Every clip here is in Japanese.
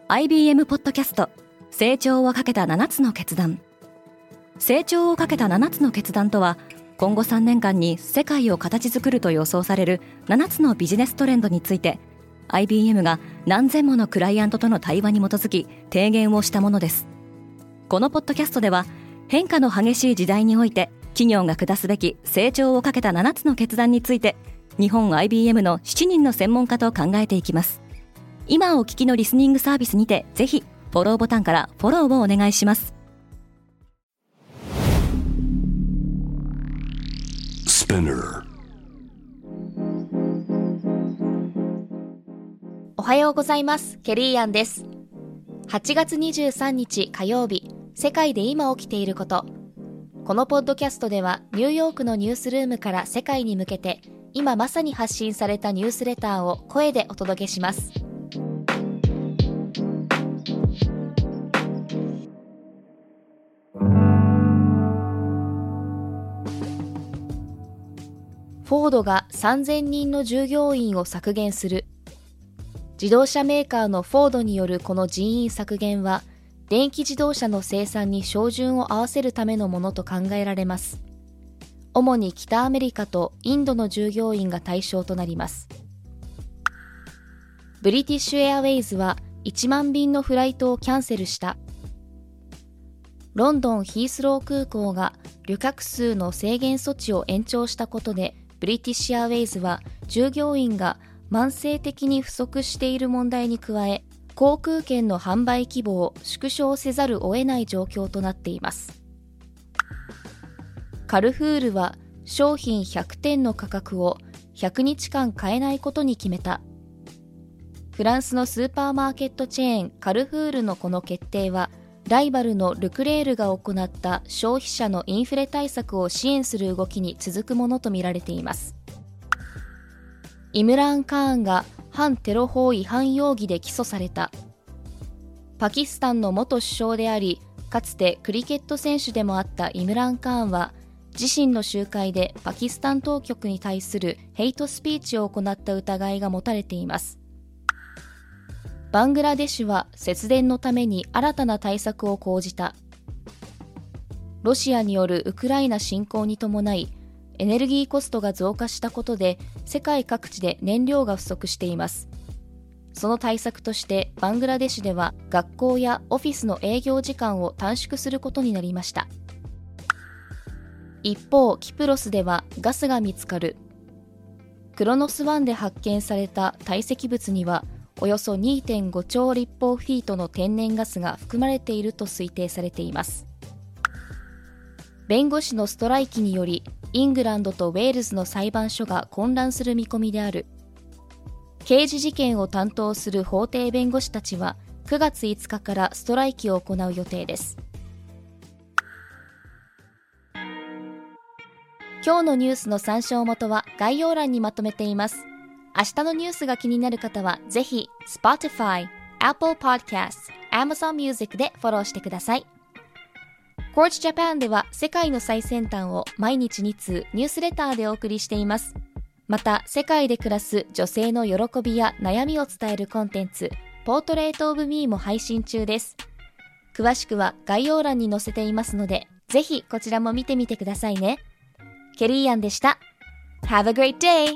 IBM ポッドキャスト成長をかけた7つの決断。成長をかけた7つの決断とは、今後3年間に世界を形作ると予想される7つのビジネストレンドについて IBM が何千ものクライアントとの対話に基づき提言をしたものです。このポッドキャストでは、変化の激しい時代において企業が下すべき成長をかけた7つの決断について、日本 IBM の7人の専門家と考えていきます。今お聞きのリスニングサービスにて、ぜひフォローボタンからフォローをお願いします。 おはようございます。ケリーアンです。8月23日火曜日、世界で今起きていること。このポッドキャストでは、ニューヨークのニュースルームから世界に向けて、今まさに発信されたニュースレターを声でお届けします。フォードが3000人の従業員を削減する。自動車メーカーのフォードによるこの人員削減は、電気自動車の生産に照準を合わせるためのものと考えられます。主に北アメリカとインドの従業員が対象となります。ブリティッシュエアウェイズは1万便のフライトをキャンセルした。ロンドンヒースロー空港が旅客数の制限措置を延長したことで、ブリティッシュエアウェイズは従業員が慢性的に不足している問題に加え、航空券の販売規模を縮小せざるを得ない状況となっています。カルフールは商品100点の価格を100日間変えないことに決めた。フランスのスーパーマーケットチェーンカルフールのこの決定は、ライバルのルクレールが行った消費者のインフレ対策を支援する動きに続くものとみられています。イムラーン・カーンが反テロ法違反容疑で起訴された。パキスタンの元首相であり、かつてクリケット選手でもあったイムラーン・カーンは、自身の集会でパキスタン当局に対するヘイトスピーチを行った疑いが持たれています。バングラデシュは節電のために新たな対策を講じた。ロシアによるウクライナ侵攻に伴い、エネルギーコストが増加したことで、世界各地で燃料が不足しています。その対策として、バングラデシュでは学校やオフィスの営業時間を短縮することになりました。一方、キプロスではガスが見つかる。クロノス湾で発見された堆積物には、およそ 2.5 兆立方フィートの天然ガスが含まれていると推定されています。弁護士のストライキにより、イングランドとウェールズの裁判所が混乱する見込みである。刑事事件を担当する法廷弁護士たちは、9月5日からストライキを行う予定です。今日のニュースの参照元は概要欄にまとめています。明日のニュースが気になる方は、ぜひ Spotify、Apple Podcasts、Amazon Music でフォローしてください。Quartz Japan では世界の最先端を毎日2通ニュースレターでお送りしています。また、世界で暮らす女性の喜びや悩みを伝えるコンテンツ、Portrait of Me も配信中です。詳しくは概要欄に載せていますので、ぜひこちらも見てみてくださいね。ケリーアンでした。Have a great day!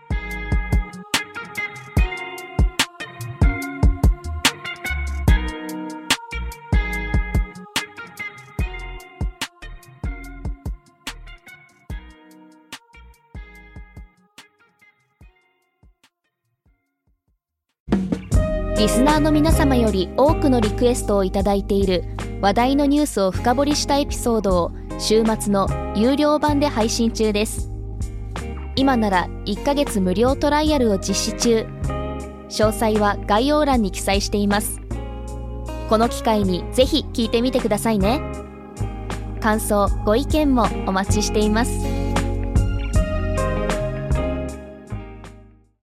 リスナーの皆様より多くのリクエストをいただいている話題のニュースを深掘りしたエピソードを週末の有料版で配信中です。今なら1ヶ月無料トライアルを実施中。詳細は概要欄に記載しています。この機会にぜひ聞いてみてくださいね。感想、ご意見もお待ちしています。